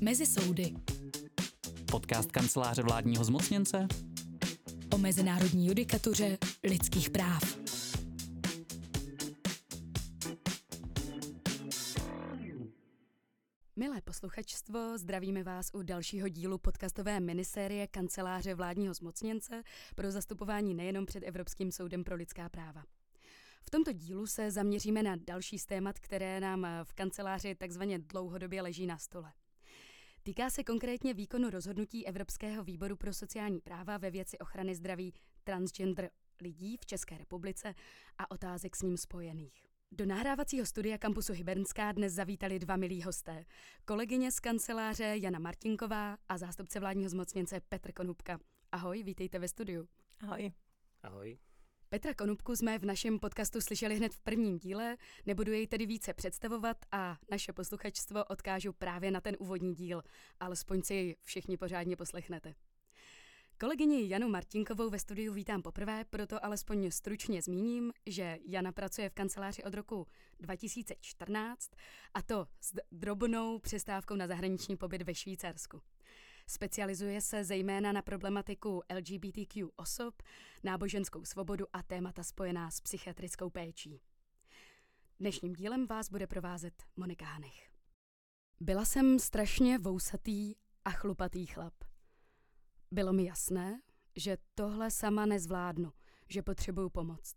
Mezi soudy. Podcast kanceláře vládního zmocněnce O mezinárodní judikatuře lidských práv. Milé posluchačstvo, zdravíme vás u dalšího dílu podcastové minisérie Kanceláře vládního zmocněnce pro zastupování nejenom před Evropským soudem pro lidská práva. V tomto dílu se zaměříme na další z témat, které nám v kanceláři takzvaně dlouhodobě leží na stole. Týká se konkrétně výkonu rozhodnutí Evropského výboru pro sociální práva ve věci ochrany zdraví transgender lidí v České republice a otázek s ním spojených. Do nahrávacího studia kampusu Hybernská dnes zavítali dva milí hosté. Kolegyně z kanceláře Jana Martinková a zástupce vládního zmocněnce Petr Konupka. Ahoj, vítejte ve studiu. Ahoj. Ahoj. Petra Konupku jsme v našem podcastu slyšeli hned v prvním díle, nebudu jej tedy více představovat a naše posluchačstvo odkážu právě na ten úvodní díl, alespoň si jej všichni pořádně poslechnete. Kolegyni Janu Martinkovou ve studiu vítám poprvé, proto alespoň stručně zmíním, že Jana pracuje v kanceláři od roku 2014 a to s drobnou přestávkou na zahraniční pobyt ve Švýcarsku. Specializuje se zejména na problematiku LGBTQ osob, náboženskou svobodu a témata spojená s psychiatrickou péčí. Dnešním dílem vás bude provázet Monika Hanich. Byla jsem strašně vousatý a chlupatý chlap. Bylo mi jasné, že tohle sama nezvládnu, že potřebuju pomoct.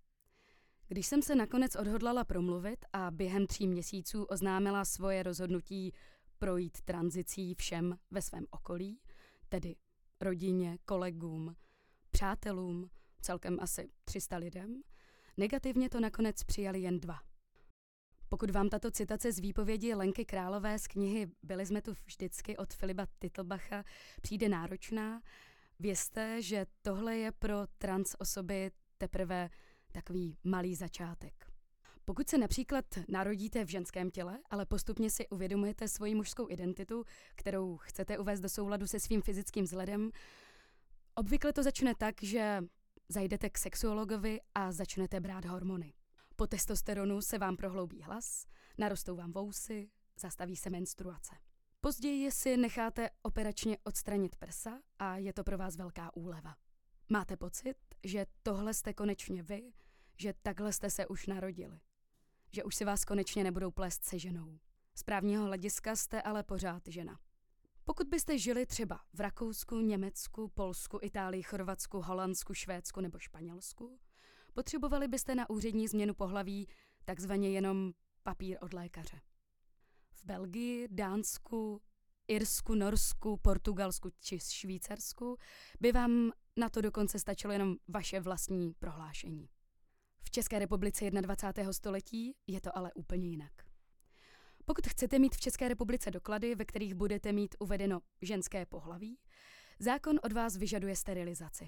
Když jsem se nakonec odhodlala promluvit a během 3 měsíců oznámila svoje rozhodnutí projít tranzicí všem ve svém okolí, tedy rodině, kolegům, přátelům, celkem asi 300 lidem, negativně to nakonec přijali jen 2. Pokud vám tato citace z výpovědi Lenky Králové z knihy Byli jsme tu vždycky od Filipa Titlbacha přijde náročná, vězte, že tohle je pro trans osoby teprve takový malý začátek. Pokud se například narodíte v ženském těle, ale postupně si uvědomujete svoji mužskou identitu, kterou chcete uvést do souladu se svým fyzickým vzhledem, obvykle to začne tak, že zajdete k sexuologovi a začnete brát hormony. Po testosteronu se vám prohloubí hlas, narostou vám vousy, zastaví se menstruace. Později si necháte operačně odstranit prsa a je to pro vás velká úleva. Máte pocit, že tohle jste konečně vy, že takhle jste se už narodili. Že už si vás konečně nebudou plést se ženou. Z právního hlediska jste ale pořád žena. Pokud byste žili třeba v Rakousku, Německu, Polsku, Itálii, Chorvatsku, Holandsku, Švédsku nebo Španělsku, potřebovali byste na úřední změnu pohlaví takzvaně jenom papír od lékaře. V Belgii, Dánsku, Irsku, Norsku, Portugalsku či Švýcarsku by vám na to dokonce stačilo jenom vaše vlastní prohlášení. V České republice 21. století je to ale úplně jinak. Pokud chcete mít v České republice doklady, ve kterých budete mít uvedeno ženské pohlaví, zákon od vás vyžaduje sterilizaci.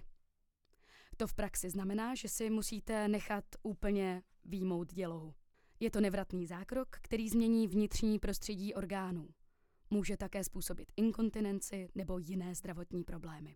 To v praxi znamená, že si musíte nechat úplně vyjmout dělohu. Je to nevratný zákrok, který změní vnitřní prostředí orgánů. Může také způsobit inkontinenci nebo jiné zdravotní problémy.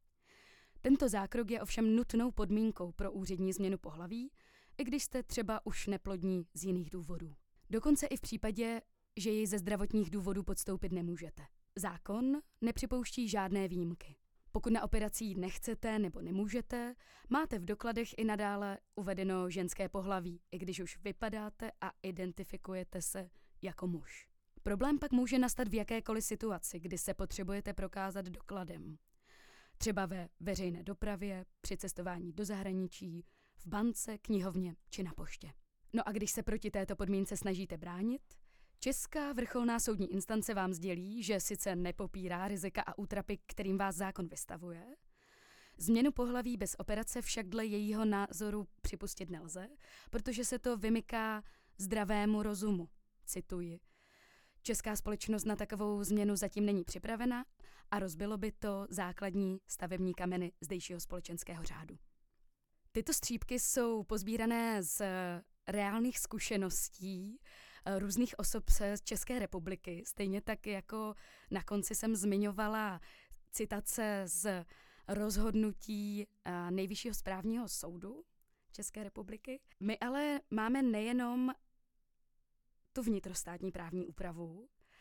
Tento zákrok je ovšem nutnou podmínkou pro úřední změnu pohlaví, i když jste třeba už neplodní z jiných důvodů. Dokonce i v případě, že jej ze zdravotních důvodů podstoupit nemůžete. Zákon nepřipouští žádné výjimky. Pokud na operaci jít nechcete nebo nemůžete, máte v dokladech i nadále uvedeno ženské pohlaví, i když už vypadáte a identifikujete se jako muž. Problém pak může nastat v jakékoliv situaci, kdy se potřebujete prokázat dokladem. Třeba ve veřejné dopravě, při cestování do zahraničí, v bance, knihovně či na poště. No a když se proti této podmínce snažíte bránit, Česká vrcholná soudní instance vám sdělí, že sice nepopírá rizika a útrapy, kterým vás zákon vystavuje, změnu pohlaví bez operace však dle jejího názoru připustit nelze, protože se to vymyká zdravému rozumu. Cituji. Česká společnost na takovou změnu zatím není připravena a rozbilo by to základní stavební kameny zdejšího společenského řádu. Tyto střípky jsou pozbírané z reálných zkušeností různých osob z České republiky. Stejně tak jako na konci jsem zmiňovala citace z rozhodnutí Nejvyššího správního soudu České republiky. My ale máme nejenom tu vnitrostátní právní úpravu,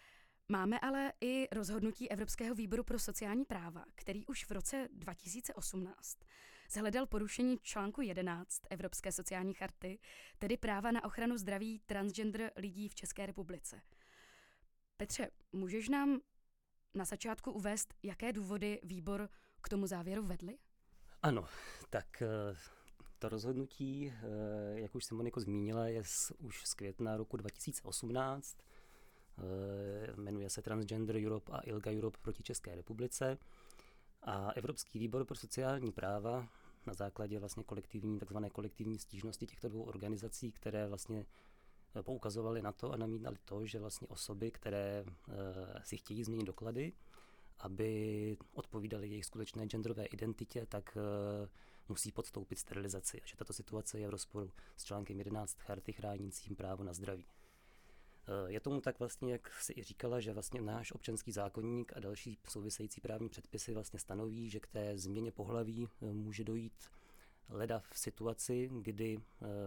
Máme ale i rozhodnutí Evropského výboru pro sociální práva, který už v roce 2018 shledal porušení článku 11 Evropské sociální charty, tedy práva na ochranu zdraví transgender lidí v České republice. Petře, můžeš nám na začátku uvést, jaké důvody výbor k tomu závěru vedly? Ano, tak to rozhodnutí, jak už jsem Moniko zmínila, je už z května roku 2018. Jmenuje se Transgender Europe a ILGA Europe proti České republice. A Evropský výbor pro sociální práva na základě vlastně takzvané kolektivní stížnosti těchto dvou organizací, které vlastně poukazovaly na to a namítali to, že vlastně osoby, které si chtějí změnit doklady, aby odpovídaly jejich skutečné genderové identitě, tak musí podstoupit sterilizaci a že tato situace je v rozporu s článkem 11 charty chránícím právo na zdraví. Je tomu tak vlastně, jak si i říkala, že vlastně náš občanský zákoník a další související právní předpisy vlastně stanoví, že k té změně pohlaví může dojít leda v situaci, kdy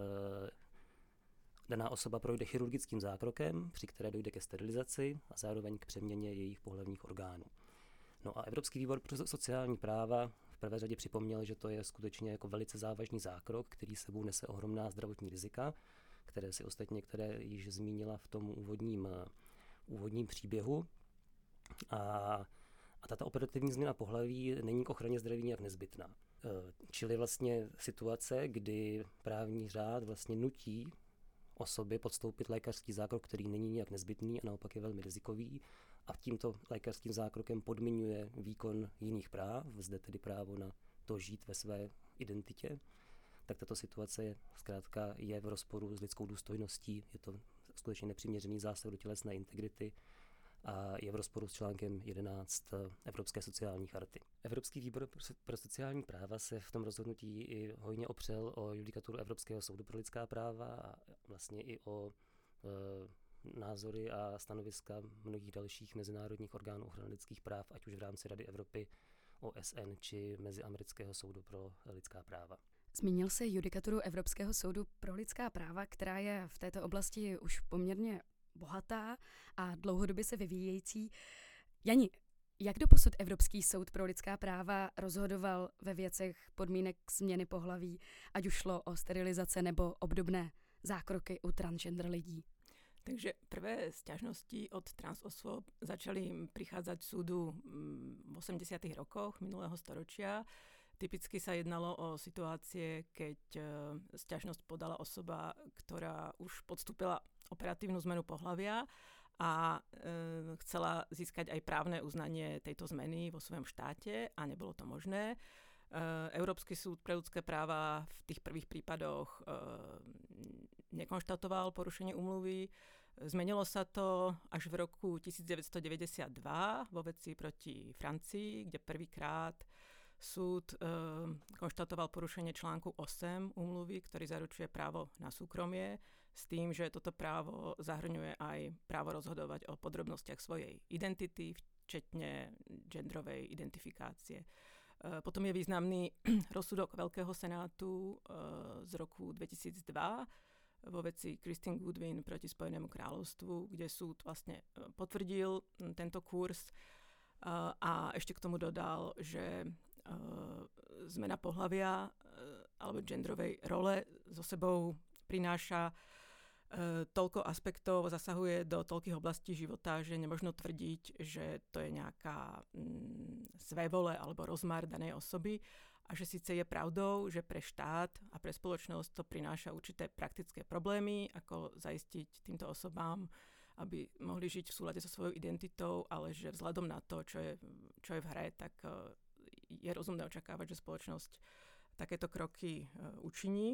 daná osoba projde chirurgickým zákrokem, při které dojde ke sterilizaci a zároveň k přeměně jejich pohlavních orgánů. No a Evropský výbor pro sociální práva v prvé řadě připomněl, že to je skutečně jako velice závažný zákrok, který sebou nese ohromná zdravotní rizika, které si ostatně některé již zmínila v tom úvodním příběhu. A tato operativní změna pohlaví není k ochraně zdraví nějak nezbytná. Čili vlastně situace, kdy právní řád vlastně nutí osoby podstoupit lékařský zákrok, který není nijak nezbytný a naopak je velmi rizikový a tímto lékařským zákrokem podmiňuje výkon jiných práv, zde tedy právo na to žít ve své identitě, tak tato situace zkrátka je v rozporu s lidskou důstojností, je to skutečně nepřiměřený zásah do tělesné integrity a je v rozporu s článkem 11 Evropské sociální charty. Evropský výbor pro sociální práva se v tom rozhodnutí i hojně opřel o judikaturu Evropského soudu pro lidská práva a vlastně i o názory a stanoviska mnohých dalších mezinárodních orgánů ochrany lidských práv, ať už v rámci Rady Evropy, OSN či Meziamerického soudu pro lidská práva. Zmínil se judikaturu Evropského soudu pro lidská práva, která je v této oblasti už poměrně bohatá a dlouhodobě se vyvíjející. Jani, jak doposud Evropský soud pro lidská práva rozhodoval ve věcech podmínek změny pohlaví, ať už šlo o sterilizace nebo obdobné zákroky u transgender lidí? Takže prvé sťažnosti od transosôb začali prichádzať súdu v 80. rokoch minulého storočia. Typicky sa jednalo o situácie, keď sťažnosť podala osoba, ktorá už podstúpila operatívnu zmenu pohlavia a chcela získať aj právne uznanie tejto zmeny vo svojom štáte a nebolo to možné. Európsky súd pre ľudské práva v tých prvých prípadoch nekonštatoval porušenie úmluvy. Zmenilo sa to až v roku 1992 vo veci proti Francii, kde prvýkrát súd konštatoval porušenie článku 8 úmluvy, ktorý zaručuje právo na súkromie, s tým, že toto právo zahrňuje aj právo rozhodovať o podrobnostiach svojej identity, včetne genderovej identifikácie. Potom je významný rozsudok Veľkého senátu z roku 2002 vo veci Christine Goodwin proti Spojenému kráľovstvu, kde súd vlastne potvrdil tento kurz a ešte k tomu dodal, že zmena pohlavia alebo genderovej role so sebou prináša toľko aspektov, zasahuje do toľkých oblastí života, že nemožno tvrdiť, že to je nejaká svévole alebo rozmar danej osoby a že síce je pravdou, že pre štát a pre spoločnosť to prináša určité praktické problémy, ako zaistiť týmto osobám, aby mohli žiť v súlade so svojou identitou, ale že vzhľadom na to, čo je v hre, tak je rozumné očakávať, že spoločnosť takéto kroky učiní.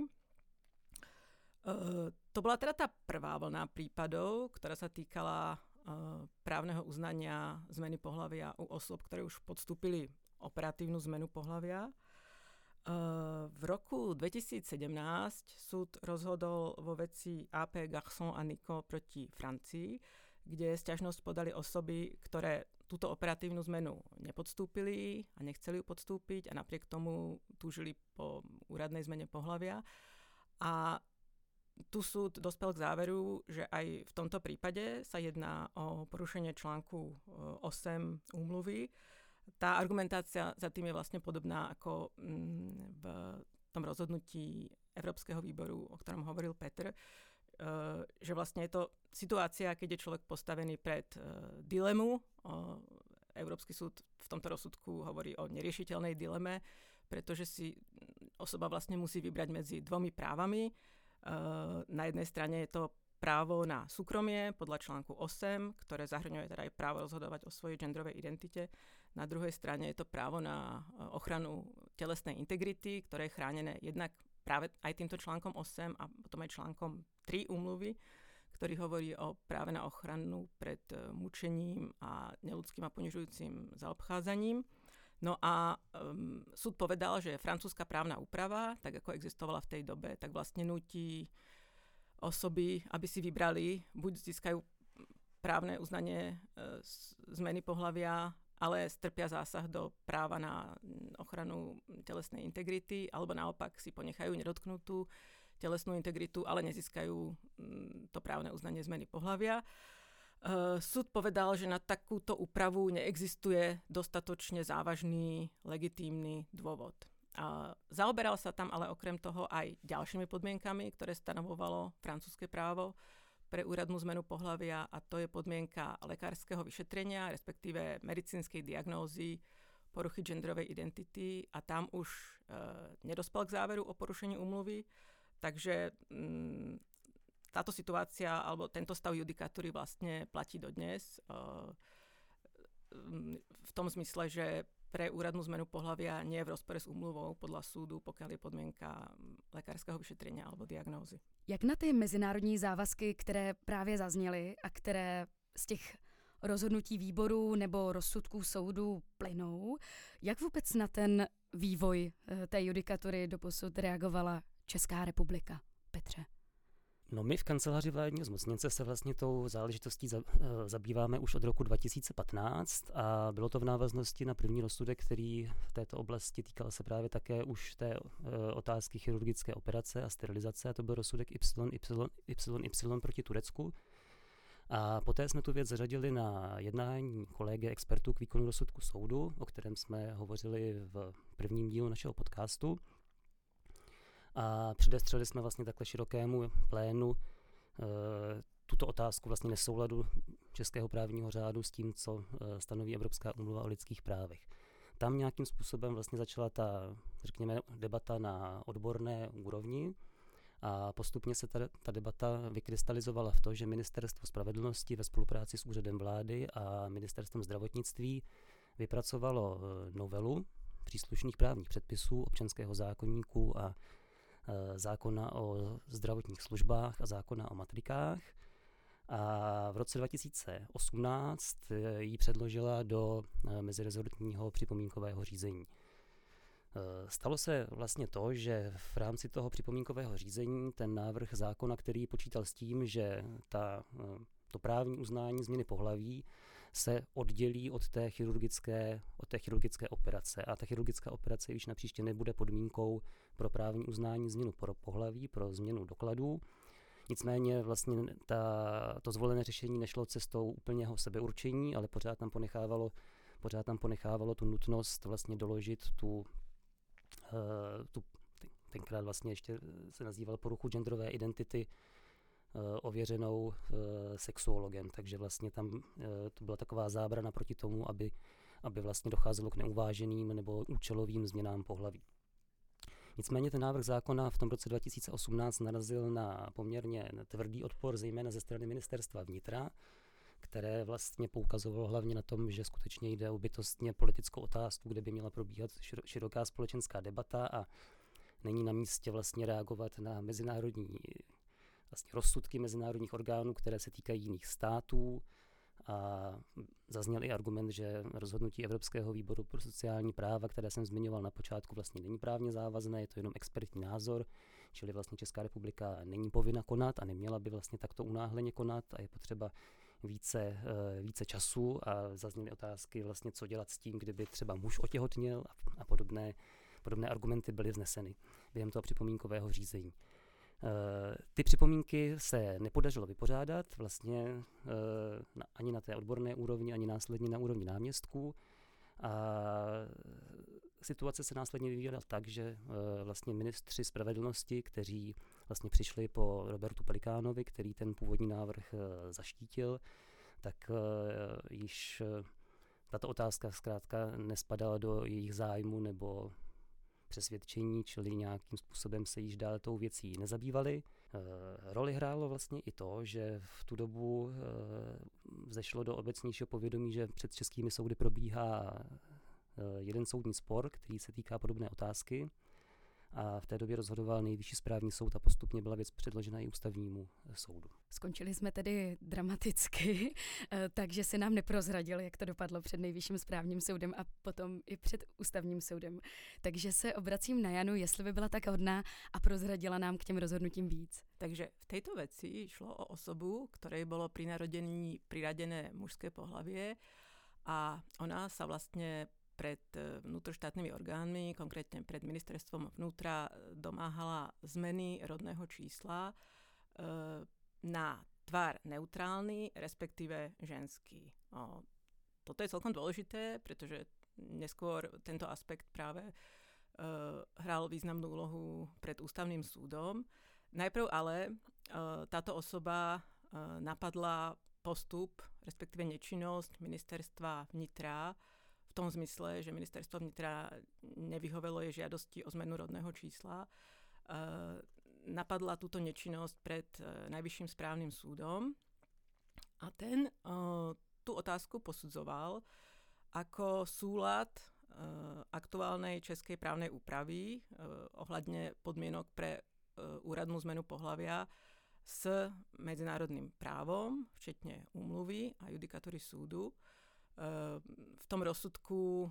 To bola teda tá prvá vlna prípadov, ktorá sa týkala právneho uznania zmeny pohlavia u osôb, ktoré už podstúpili operatívnu zmenu pohlavia. V roku 2017 súd rozhodol vo veci AP Garçon a Nico proti Francii, kde sťažnosť podali osoby, ktoré túto operatívnu zmenu nepodstúpili a nechceli ju podstúpiť a napriek tomu túžili po úradnej zmene pohlavia. A tu súd dospel k záveru, že aj v tomto prípade sa jedná o porušenie článku 8 úmluvy. Tá argumentácia za tým je vlastne podobná ako v tom rozhodnutí Európskeho výboru, o ktorom hovoril Peter, že vlastne je to situácia, keď je človek postavený pred dilemu. Európsky súd v tomto rozsudku hovorí o neriešiteľnej dileme, pretože si osoba vlastne musí vybrať medzi dvomi právami. Na jednej strane je to právo na súkromie podľa článku 8, ktoré zahrňuje teda aj právo rozhodovať o svojej genderovej identite. Na druhej strane je to právo na ochranu telesnej integrity, ktoré je chránené jednak práve aj týmto článkom 8 a potom aj článkom 3 úmluvy, ktorý hovorí o práve na ochranu pred mučením a neľudským a ponižujúcim zaobchádzaním. No a súd povedal, že francúzska právna úprava, tak ako existovala v tej dobe, tak vlastne núti osoby, aby si vybrali, buď získajú právne uznanie zmeny pohlavia, ale strpia zásah do práva na ochranu telesnej integrity, alebo naopak si ponechajú nedotknutú telesnú integritu, ale nezískajú to právne uznanie zmeny pohlavia. Súd povedal, že na takúto úpravu neexistuje dostatočne závažný, legitímny dôvod. Zaoberal sa tam ale okrem toho aj ďalšími podmienkami, ktoré stanovovalo francúzske právo pre úradnú zmenu pohlavia, a to je podmienka lekárskeho vyšetrenia, respektíve medicínskej diagnózy poruchy genderovej identity, a tam už nedospel k záveru o porušení úmluvy. Takže táto situácia alebo tento stav judikatúry vlastne platí dodnes v tom zmysle, že pre úradnú zmenu pohlavia nie je v rozpore s úmluvou podľa súdu, pokiaľ je podmienka lékařského vyšetrenia alebo diagnózy. Jak na ty mezinárodní závazky, které právě zazněly a které z těch rozhodnutí výborů nebo rozsudků soudů plynou, jak vůbec na ten vývoj té judikatury doposud reagovala Česká republika? Petře. No, my v kanceláři vládního zmocněnce se vlastně tou záležitostí zabýváme už od roku 2015 a bylo to v návaznosti na první rozsudek, který v této oblasti týkal se právě také už té otázky chirurgické operace a sterilizace, a to byl rozsudek YY proti Turecku. A poté jsme tu věc zařadili na jednání kolegy expertů k výkonu rozsudku soudu, o kterém jsme hovořili v prvním dílu našeho podcastu. A předestřeli jsme vlastně takhle širokému plénu tuto otázku vlastně nesouladu českého právního řádu s tím, co stanoví Evropská úmluva o lidských právech. Tam nějakým způsobem vlastně začala ta, řekněme, debata na odborné úrovni a postupně se ta debata vykrystalizovala v to, že Ministerstvo spravedlnosti ve spolupráci s Úřadem vlády a Ministerstvem zdravotnictví vypracovalo novelu příslušných právních předpisů občanského zákoníku a zákona o zdravotních službách a zákona o matrikách. A v roce 2018 ji předložila do mezirezortního připomínkového řízení. Stalo se vlastně to, že v rámci toho připomínkového řízení ten návrh zákona, který počítal s tím, že to právní uznání změny pohlaví se oddělí od té chirurgické operace. A ta chirurgická operace již napříště nebude podmínkou pro právní uznání změnu pohlaví, pro změnu dokladů. Nicméně vlastně to zvolené řešení nešlo cestou úplného sebeurčení, ale pořád tam ponechávalo tu nutnost vlastně doložit tenkrát vlastně ještě se nazýval poruchu genderové identity, ověřenou sexuologem, takže vlastně tam to byla taková zábrana proti tomu, aby vlastně docházelo k neuváženým nebo účelovým změnám pohlaví. Nicméně ten návrh zákona v tom roce 2018 narazil na poměrně tvrdý odpor, zejména ze strany Ministerstva vnitra, které vlastně poukazovalo hlavně na tom, že skutečně jde o bytostně politickou otázku, kde by měla probíhat široká společenská debata a není na místě vlastně reagovat na mezinárodní vlastně rozsudky mezinárodních orgánů, které se týkají jiných států, a zazněl i argument, že rozhodnutí Evropského výboru pro sociální práva, které jsem zmiňoval na počátku, vlastně není právně závazné, je to jenom expertní názor, čili vlastně Česká republika není povinna konat a neměla by vlastně takto unáhleně konat a je potřeba více času, a zazněly otázky vlastně, co dělat s tím, kdyby třeba muž otěhotněl a podobné argumenty byly vzneseny během toho připomínkového řízení. Ty připomínky se nepodařilo vypořádat vlastně ani na té odborné úrovni, ani následně na úrovni náměstků. A situace se následně vyvíjela tak, že vlastně ministři spravedlnosti, kteří vlastně přišli po Robertu Pelikánovi, který ten původní návrh zaštítil, tak již tato otázka zkrátka nespadala do jejich zájmu nebo přesvědčení, čili nějakým způsobem se již dále tou věcí nezabývali. Roli hrálo vlastně i to, že v tu dobu vzešlo do obecnějšího povědomí, že před českými soudy probíhá jeden soudní spor, který se týká podobné otázky. A v té době rozhodoval Nejvyšší správní soud a postupně byla věc předložena i ústavnímu soudu. Skončili jsme tedy dramaticky, takže si nám neprozradil, jak to dopadlo před Nejvyšším správním soudem a potom i před ústavním soudem. Takže se obracím na Janu, jestli by byla tak hodná a prozradila nám k těm rozhodnutím víc. Takže v tejto veci šlo o osobu, ktorej bolo pri narodení priradené mužské pohlavie a ona sa vlastne pred vnútroštátnymi orgánmi, konkrétne pred ministerstvom vnútra, domáhala zmeny rodného čísla na tvar neutrálny, respektíve ženský. Toto je celkom dôležité, pretože neskôr tento aspekt práve hral významnú úlohu pred ústavným súdom. Najprv ale táto osoba napadla postup, respektíve nečinnosť ministerstva vnitra v tom zmysle, že ministerstvo vnitra nevyhovelo jej žiadosti o zmenu rodného čísla. Napadla túto nečinnosť pred Najvyšším správnym súdom a ten tú otázku posudzoval ako súlad aktuálnej českej právnej úpravy ohľadne podmienok pre úradnú zmenu pohlavia s medzinárodným právom, včetne úmluvy a judikatúry súdu. V tom rozsudku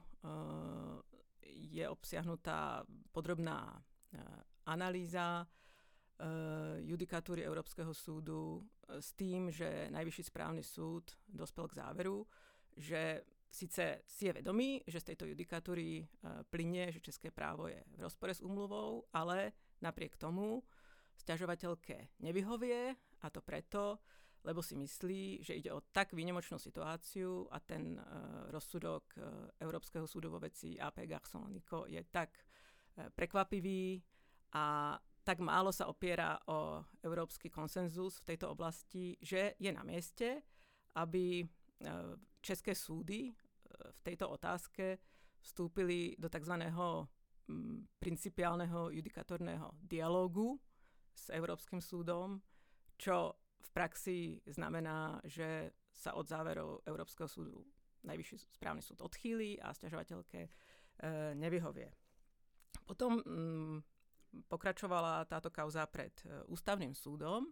je obsiahnutá podrobná analýza judikatúry Európskeho súdu s tým, že Najvyšší správny súd dospel k záveru, že síce si je vedomý, že z tejto judikatúry plynie, že české právo je v rozpore s úmluvou, ale napriek tomu sťažovateľke nevyhovie, a to preto, lebo si myslí, že ide o tak výnimočnú situáciu a ten rozsudok Európskeho súdu vo veci AP Garçon-Lanico je tak prekvapivý a tak málo sa opiera o európsky konsenzus v tejto oblasti, že je na mieste, aby české súdy v tejto otázke vstúpili do tzv. Principiálneho judikatorného dialógu s Európskym súdom, čo v praxi znamená, že sa od záverov Európskeho súdu Najvyšší správny súd odchýli a sťažovateľke nevyhovie. Potom pokračovala táto kauza pred ústavným súdom,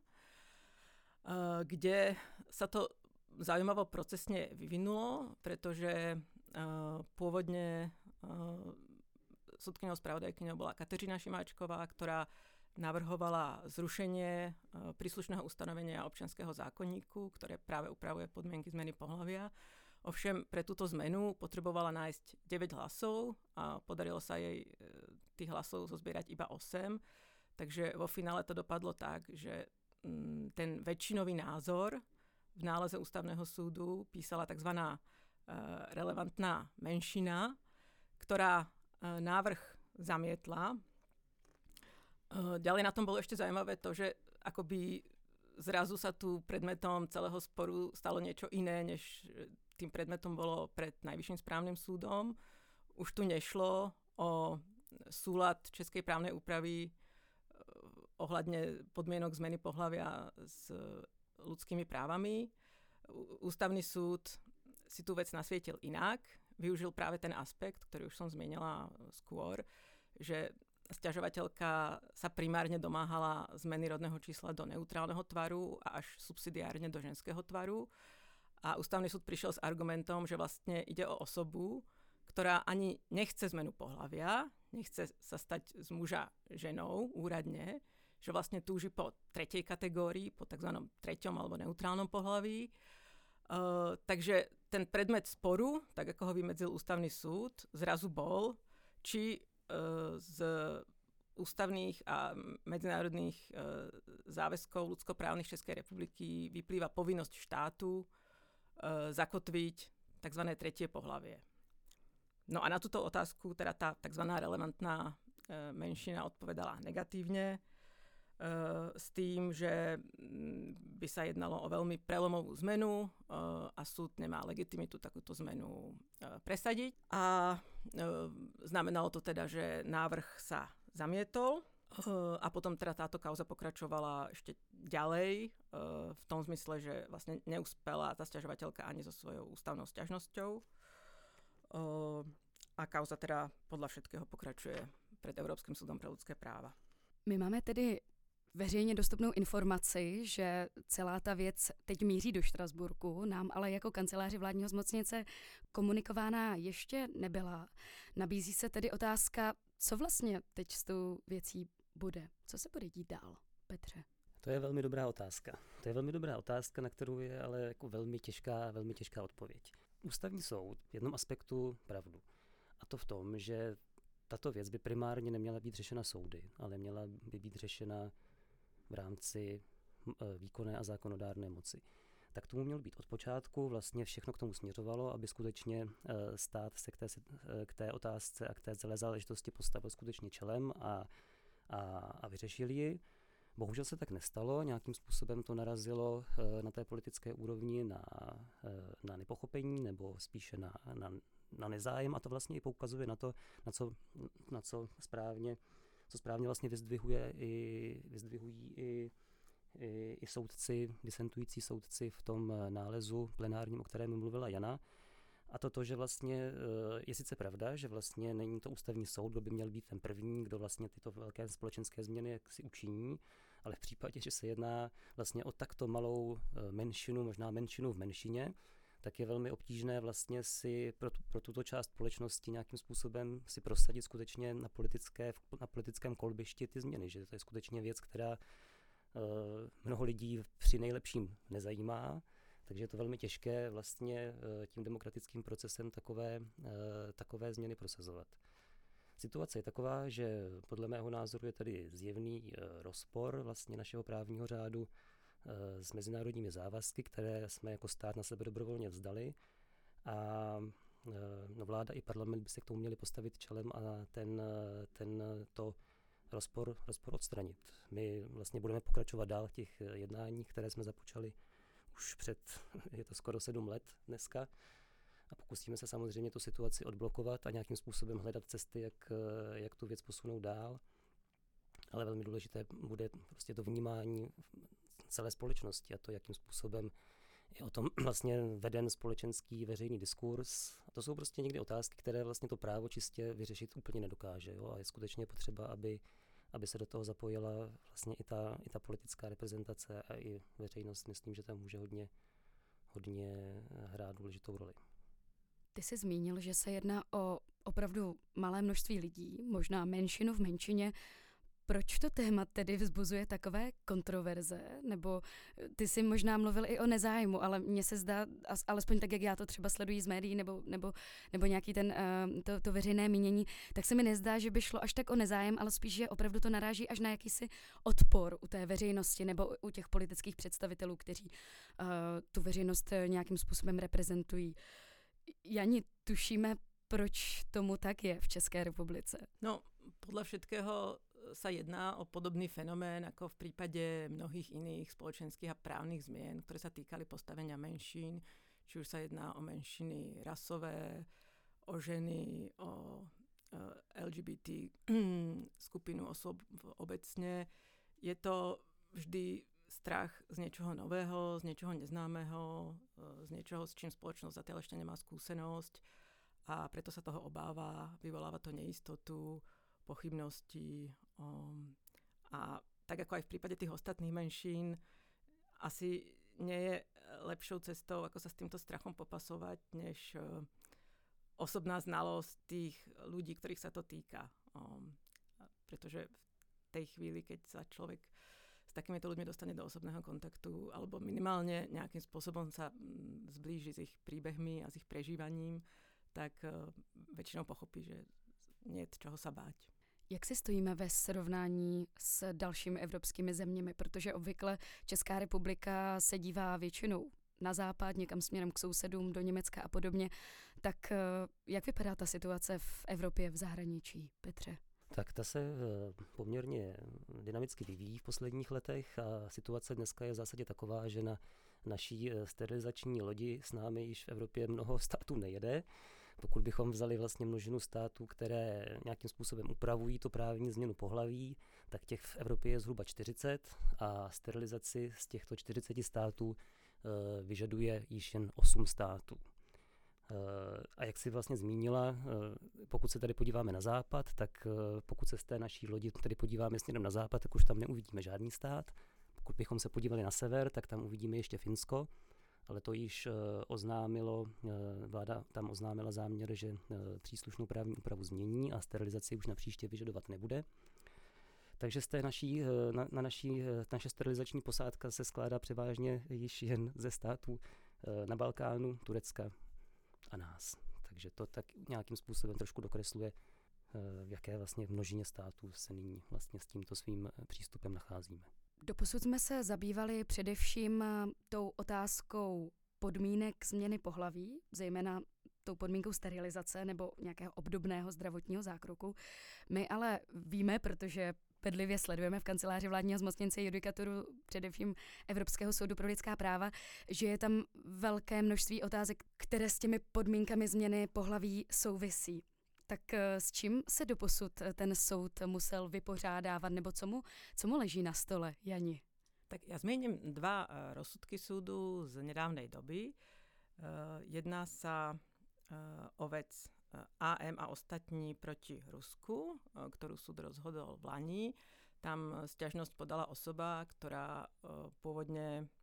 kde sa to zaujímavo procesne vyvinulo, pretože pôvodne sudkyňou spravodajkyňou bola Kateřina Šimáčková, ktorá navrhovala zrušenie príslušného ustanovenia občianskeho zákonníku, ktoré práve upravuje podmienky zmeny pohlavia. Ovšem pre túto zmenu potrebovala nájsť 9 hlasov a podarilo sa jej tých hlasov zozbierať iba 8. Takže vo finále to dopadlo tak, že ten väčšinový názor v náleze ústavného súdu písala tzv. Relevantná menšina, ktorá návrh zamietla. Ďalej na tom bolo ešte zaujímavé to, že akoby zrazu sa tu predmetom celého sporu stalo niečo iné, než tým predmetom bolo pred Najvyšším správnym súdom. Už tu nešlo o súlad českej právnej úpravy ohľadne podmienok zmeny pohlavia s ľudskými právami. Ústavný súd si tú vec nasvietil inak. Využil práve ten aspekt, ktorý už som zmienila skôr, že sťažovateľka sa primárne domáhala zmeny rodného čísla do neutrálneho tvaru a až subsidiárne do ženského tvaru. A ústavný súd prišiel s argumentom, že vlastne ide o osobu, ktorá ani nechce zmenu pohlavia, nechce sa stať z muža ženou úradne, že vlastne túži po tretej kategórii, po tzv. Treťom alebo neutrálnom pohlaví. Takže ten predmet sporu, tak ako ho vymedzil ústavný súd, zrazu bol, či z ústavných a medzinárodných záväzkov ľudskoprávnych Českej republiky vyplýva povinnosť štátu zakotviť tzv. Tretie pohlavie. No a na túto otázku teda tá tzv. Relevantná menšina odpovedala negatívne s tým, že by sa jednalo o veľmi prelomovú zmenu a súd nemá legitimitu takúto zmenu presadiť. A znamenalo to teda, že návrh sa zamietol a potom teda táto kauza pokračovala ešte ďalej v tom zmysle, že vlastne neúspela tá sťažovateľka ani so svojou ústavnou sťažnosťou a kauza teda podľa všetkého pokračuje pred Európskym súdom pre ľudské práva. My máme tedy veřejně dostupnou informaci, že celá ta věc teď míří do Štrasburku, nám ale jako kanceláři vládního zmocněnce komunikována ještě nebyla. Nabízí se tedy otázka, co vlastně teď s tou věcí bude? Co se bude dít dál, Petře? To je velmi dobrá otázka. To je velmi dobrá otázka, na kterou je ale jako velmi těžká odpověď. Ústavní soud v jednom aspektu pravdu. A to v tom, že tato věc by primárně neměla být řešena soudy, ale měla by být řešena v rámci výkonné a zákonodárné moci. Tak tomu mělo být od počátku, vlastně všechno k tomu směřovalo, aby skutečně stát se k té otázce a k té celé záležitosti postavil skutečně čelem a vyřešil ji. Bohužel se tak nestalo, nějakým způsobem to narazilo na té politické úrovni na nepochopení nebo spíše na nezájem a to vlastně i poukazuje na to, co správně vlastně vyzdvihují i soudci, disentující soudci v tom nálezu plenárním, o kterém mluvila Jana. A to, že vlastně je sice pravda, že vlastně není to ústavní soud, kdo by měl být ten první, kdo vlastně tyto velké společenské změny jak si učiní, ale v případě, že se jedná vlastně o takto malou menšinu, možná menšinu v menšině, tak je velmi obtížné vlastně si pro tuto část společnosti nějakým způsobem si prosadit skutečně na politickém kolbišti ty změny, že to je skutečně věc, která mnoho lidí při nejlepším nezajímá, takže je to velmi těžké vlastně tím demokratickým procesem takové změny prosazovat. Situace je taková, že podle mého názoru je tady zjevný rozpor vlastně našeho právního řádu s mezinárodními závazky, které jsme jako stát na sebe dobrovolně vzdali a vláda i parlament by se k tomu měli postavit čelem a tento rozpor odstranit. My vlastně budeme pokračovat dál v těch jednáních, které jsme započali už je to skoro 7 let dneska a pokusíme se samozřejmě tu situaci odblokovat a nějakým způsobem hledat cesty, jak tu věc posunout dál. Ale velmi důležité bude prostě to vnímání celé společnosti a to, jakým způsobem je o tom vlastně veden společenský veřejný diskurs. A to jsou prostě někdy otázky, které vlastně to právo čistě vyřešit úplně nedokáže. Jo? A je skutečně potřeba, aby se do toho zapojila vlastně i ta politická reprezentace a i veřejnost. Myslím, že tam může hodně hrát důležitou roli. Ty jsi zmínil, že se jedná o opravdu malé množství lidí, možná menšinu v menšině. Proč to téma tedy vzbuzuje takové kontroverze? Nebo ty jsi možná mluvil i o nezájmu, ale mně se zdá, alespoň tak, jak já to třeba sleduji z médií nebo nějaký to veřejné mínění, tak se mi nezdá, že by šlo až tak o nezájem, ale spíš, že opravdu to naráží až na jakýsi odpor u té veřejnosti nebo u těch politických představitelů, kteří tu veřejnost nějakým způsobem reprezentují. Jani, tušíme, proč tomu tak je v České republice? No, podľa všetkého sa jedná o podobný fenomén ako v prípade mnohých iných spoločenských a právnych zmien, ktoré sa týkali postavenia menšín, či už sa jedná o menšiny rasové, o ženy, o LGBT skupinu osôb obecne. Je to vždy strach z niečoho nového, z niečoho neznámeho, z niečoho, s čím spoločnosť zatiaľ ešte nemá skúsenosť a preto sa toho obáva, vyvoláva to neistotu, pochybnosti a tak ako aj v prípade tých ostatných menšín asi nie je lepšou cestou, ako sa s týmto strachom popasovať, než osobná znalosť tých ľudí, ktorých sa to týka. Pretože v tej chvíli, keď sa človek s takýmito ľuďmi dostane do osobného kontaktu alebo minimálne nejakým spôsobom sa zblíži s ich príbehmi a s ich prežívaním, tak väčšinou pochopí, že nie je čoho sa báť. Jak si stojíme ve srovnání s dalšími evropskými zeměmi? Protože obvykle Česká republika se dívá většinou na západ, někam směrem k sousedům, do Německa a podobně. Tak jak vypadá ta situace v Evropě, v zahraničí, Petře? Tak ta se poměrně dynamicky vyvíjí v posledních letech a situace dneska je v zásadě taková, že na naší sterilizační lodi s námi již v Evropě mnoho států nejede. Pokud bychom vzali vlastně množinu států, které nějakým způsobem upravují to právní změnu pohlaví, tak těch v Evropě je zhruba 40 a sterilizaci z těchto 40 států vyžaduje již jen 8 států. A jak si vlastně zmínila, pokud se tady podíváme na západ, tak pokud se z té naší lodi tady podíváme směrem na západ, tak už tam neuvidíme žádný stát. Pokud bychom se podívali na sever, tak tam uvidíme ještě Finsko, ale to již vláda tam oznámila záměr, že příslušnou právní úpravu změní a sterilizaci už na příště vyžadovat nebude. Takže z té naše sterilizační posádka se skládá převážně již jen ze států na Balkánu, Turecka a nás. Takže to tak nějakým způsobem trošku dokresluje, v jaké vlastně množině států se nyní vlastně s tímto svým přístupem nacházíme. Doposud jsme se zabývali především tou otázkou podmínek změny pohlaví, zejména tou podmínkou sterilizace nebo nějakého obdobného zdravotního zákroku. My ale víme, protože bedlivě sledujeme v kanceláři vládního zmocněnce judikaturu především Evropského soudu pro lidská práva, že je tam velké množství otázek, které s těmi podmínkami změny pohlaví souvisí. Tak s čím se doposud ten soud musel vypořádávat, nebo co mu leží na stole, Jani? Tak ja zmením dva rozsudky súdu z nedávnej doby. Jedná sa o vec AM a ostatní proti Rusku, ktorú súd rozhodol v Lani. Tam sťažnosť podala osoba, ktorá pôvodne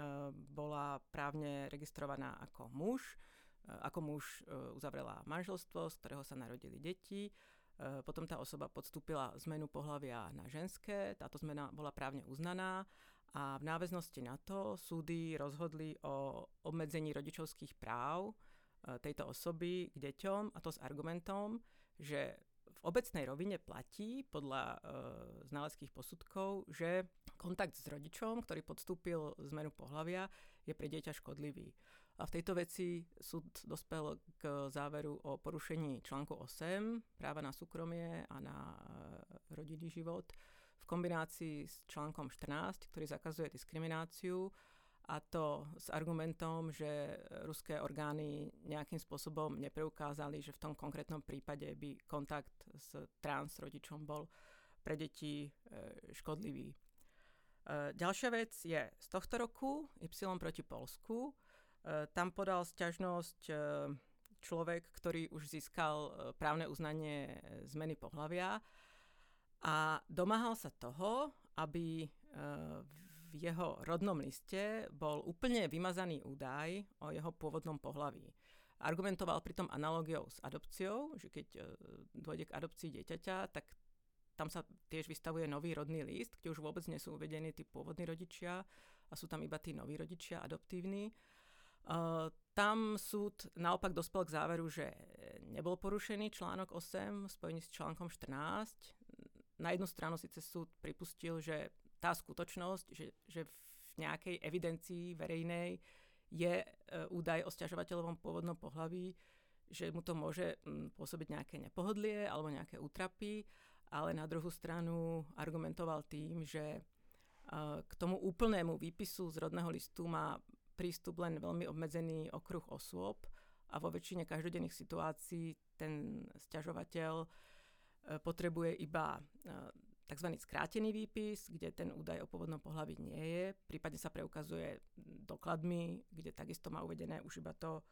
bola právne registrovaná ako muž. Ako muž uzavrela manželstvo, z ktorého sa narodili deti. Potom tá osoba podstúpila zmenu pohlavia na ženské. Táto zmena bola právne uznaná a v náväznosti na to súdy rozhodli o obmedzení rodičovských práv tejto osoby k deťom, a to s argumentom, že v obecnej rovine platí podľa znaleckých posudkov, že kontakt s rodičom, ktorý podstúpil zmenu pohlavia, je pre dieťa škodlivý. A v tejto veci súd dospel k záveru o porušení článku 8 práva na súkromie a na rodinný život v kombinácii s článkom 14, ktorý zakazuje diskrimináciu, a to s argumentom, že ruské orgány nejakým spôsobom nepreukázali, že v tom konkrétnom prípade by kontakt s trans rodičom bol pre deti škodlivý. Ďalšia vec je z tohto roku Y proti Poľsku. Tam podal sťažnosť človek, ktorý už získal právne uznanie zmeny pohlavia a domáhal sa toho, aby v jeho rodnom liste bol úplne vymazaný údaj o jeho pôvodnom pohlaví. Argumentoval pritom analogiou s adopciou, že keď dôjde k adopcii dieťaťa, tak tam sa tiež vystavuje nový rodný list, kde už vôbec nie sú uvedení tí pôvodní rodičia a sú tam iba tí noví rodičia adoptívni. Tam súd naopak dospel k záveru, že nebol porušený článok 8 v spojení s článkom 14. Na jednu stranu síce súd pripustil, že tá skutočnosť, že v nejakej evidencii verejnej je údaj o sťažovateľovom pôvodnom pohlaví, že mu to môže pôsobiť nejaké nepohodlie alebo nejaké útrapy, ale na druhú stranu argumentoval tým, že k tomu úplnému výpisu z rodného listu má prístup len veľmi obmedzený okruh osôb a vo väčšine každodenných situácií ten sťažovateľ potrebuje iba tzv. Skrátený výpis, kde ten údaj o pôvodnom pohlaví nie je. Prípadne sa preukazuje dokladmi, kde takisto má uvedené už iba to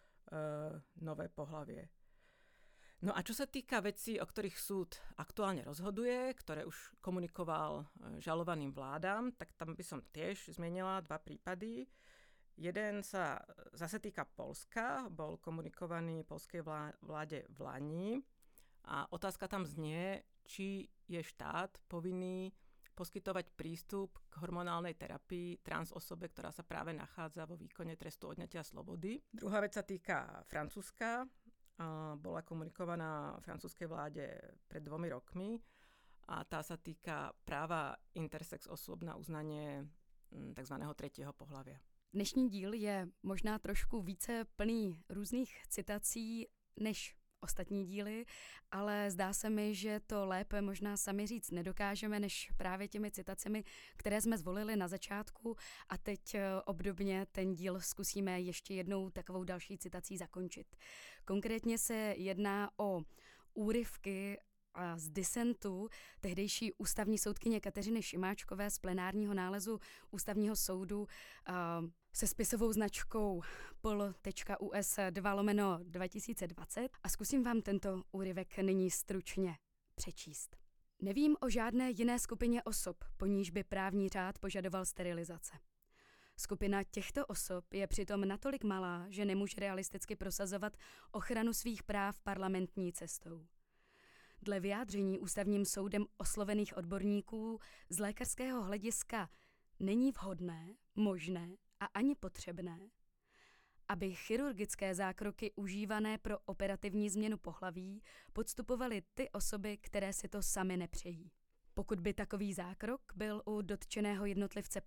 nové pohlavie. No a čo sa týka vecí, o ktorých súd aktuálne rozhoduje, ktoré už komunikoval žalovaným vládam, tak tam by som tiež zmenila dva prípady. Jeden sa zase týka Poľska, bol komunikovaný poľskej vláde v Lani a otázka tam znie, či je štát povinný poskytovať prístup k hormonálnej terapii trans osobe, ktorá sa práve nachádza vo výkone trestu odňatia slobody. Druhá vec sa týka Francúzska. Bola komunikovaná francúzskej vláde pred 2 rokmi a tá sa týka práva intersex osôb na uznanie tzv. Tretieho pohlavia. Dnešní díl je možná trošku více plný různých citací než ostatní díly, ale zdá se mi, že to lépe možná sami říct nedokážeme, než právě těmi citacemi, které jsme zvolili na začátku, a teď obdobně ten díl zkusíme ještě jednou takovou další citací zakončit. Konkrétně se jedná o úryvky z disentu tehdejší ústavní soudkyně Kateřiny Šimáčkové z plenárního nálezu Ústavního soudu se spisovou značkou pol.us 2/2020 a zkusím vám tento úryvek nyní stručně přečíst. Nevím o žádné jiné skupině osob, po níž by právní řád požadoval sterilizace. Skupina těchto osob je přitom natolik malá, že nemůže realisticky prosazovat ochranu svých práv parlamentní cestou. Dle vyjádření ústavním soudem oslovených odborníků z lékařského hlediska není vhodné, možné a ani potřebné, aby chirurgické zákroky užívané pro operativní změnu pohlaví podstupovaly ty osoby, které si to sami nepřejí. Pokud by takový zákrok byl u dotčeného jednotlivce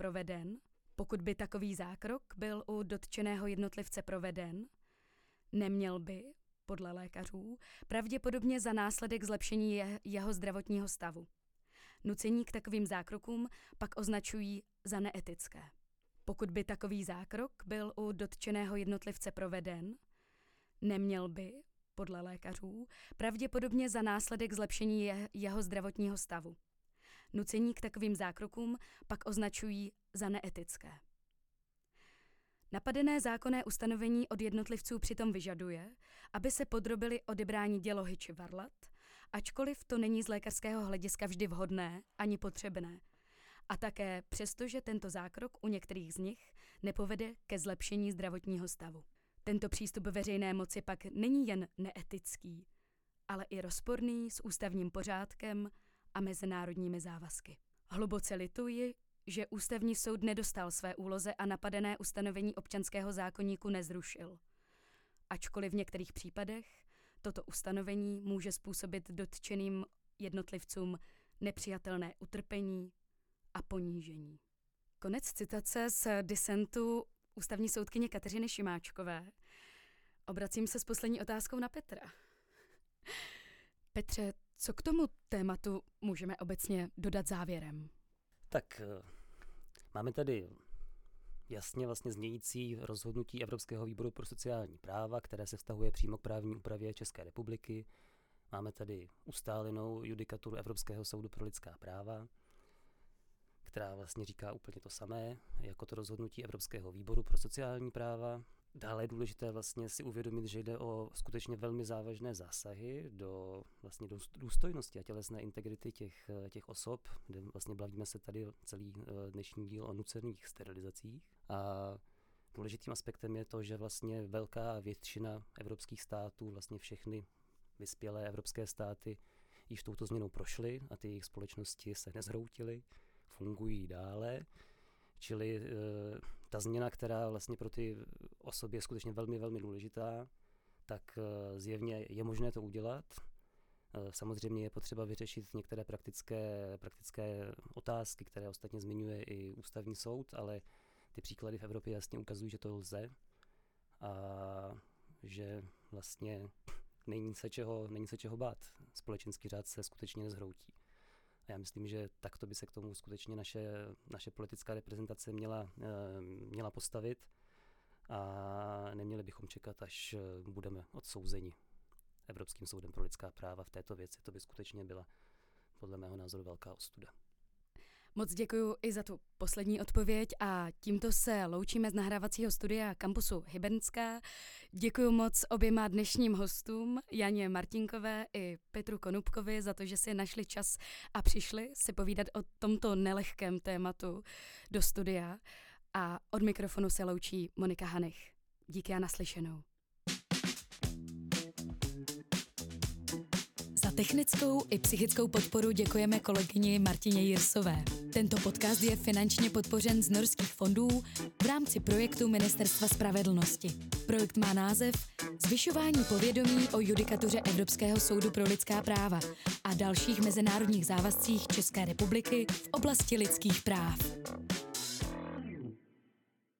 proveden, neměl by, podle lékařů, pravděpodobně za následek zlepšení jeho zdravotního stavu. Nucení k takovým zákrokům pak označují za neetické. Pokud by takový zákrok byl u dotčeného jednotlivce proveden, neměl by, podle lékařů, pravděpodobně za následek zlepšení jeho zdravotního stavu. Nucení k takovým zákrokům pak označují za neetické. Napadené zákonné ustanovení od jednotlivců přitom vyžaduje, aby se podrobili odebrání dělohy či varlat, ačkoliv to není z lékařského hlediska vždy vhodné ani potřebné. A také přestože tento zákrok u některých z nich nepovede ke zlepšení zdravotního stavu. Tento přístup veřejné moci pak není jen neetický, ale i rozporný s ústavním pořádkem a mezinárodními závazky. Hluboce lituji, že ústavní soud nedostal své úloze a napadené ustanovení občanského zákoníku nezrušil. Ačkoliv v některých případech toto ustanovení může způsobit dotčeným jednotlivcům nepřijatelné utrpení a ponížení. Konec citace z disentu ústavní soudkyně Kateřiny Šimáčkové. Obracím se s poslední otázkou na Petra. Petře, co k tomu tématu můžeme obecně dodat závěrem? Tak máme tady jasně vlastně znějící rozhodnutí Evropského výboru pro sociální práva, které se vztahuje přímo k právní úpravě České republiky. Máme tady ustálenou judikaturu Evropského soudu pro lidská práva, která vlastně říká úplně to samé, jako to rozhodnutí Evropského výboru pro sociální práva. Dále je důležité vlastně si uvědomit, že jde o skutečně velmi závažné zásahy do důstojnosti a tělesné integrity těch osob, kde vlastně bavíme se tady celý dnešní díl o nucených sterilizacích. A důležitým aspektem je to, že vlastně velká většina evropských států, vlastně všechny vyspělé evropské státy již touto změnou prošly a ty jejich společnosti se nezhroutily, fungují dále. Čili ta změna, která vlastně pro ty osoby je skutečně velmi, velmi důležitá, tak zjevně je možné to udělat. Samozřejmě je potřeba vyřešit některé praktické otázky, které ostatně zmiňuje i ústavní soud, ale ty příklady v Evropě jasně ukazují, že to lze a že vlastně není se čeho bát. Společenský řád se skutečně nezhroutí. A já myslím, že takto by se k tomu skutečně naše politická reprezentace měla postavit a neměli bychom čekat, až budeme odsouzeni Evropským soudem pro lidská práva v této věci. To by skutečně byla podle mého názoru velká ostuda. Moc děkuji i za tu poslední odpověď a tímto se loučíme z nahrávacího studia kampusu Hybernská. Děkuji moc oběma dnešním hostům, Janě Martinkové i Petru Konupkovi, za to, že si našli čas a přišli si povídat o tomto nelehkém tématu do studia. A od mikrofonu se loučí Monika Hanich. Díky a naslyšenou. Za technickou i psychickou podporu děkujeme kolegyni Martině Jirsové. Tento podcast je finančně podpořen z norských fondů v rámci projektu Ministerstva spravedlnosti. Projekt má název Zvyšování povědomí o judikatuře Evropského soudu pro lidská práva a dalších mezinárodních závazcích České republiky v oblasti lidských práv.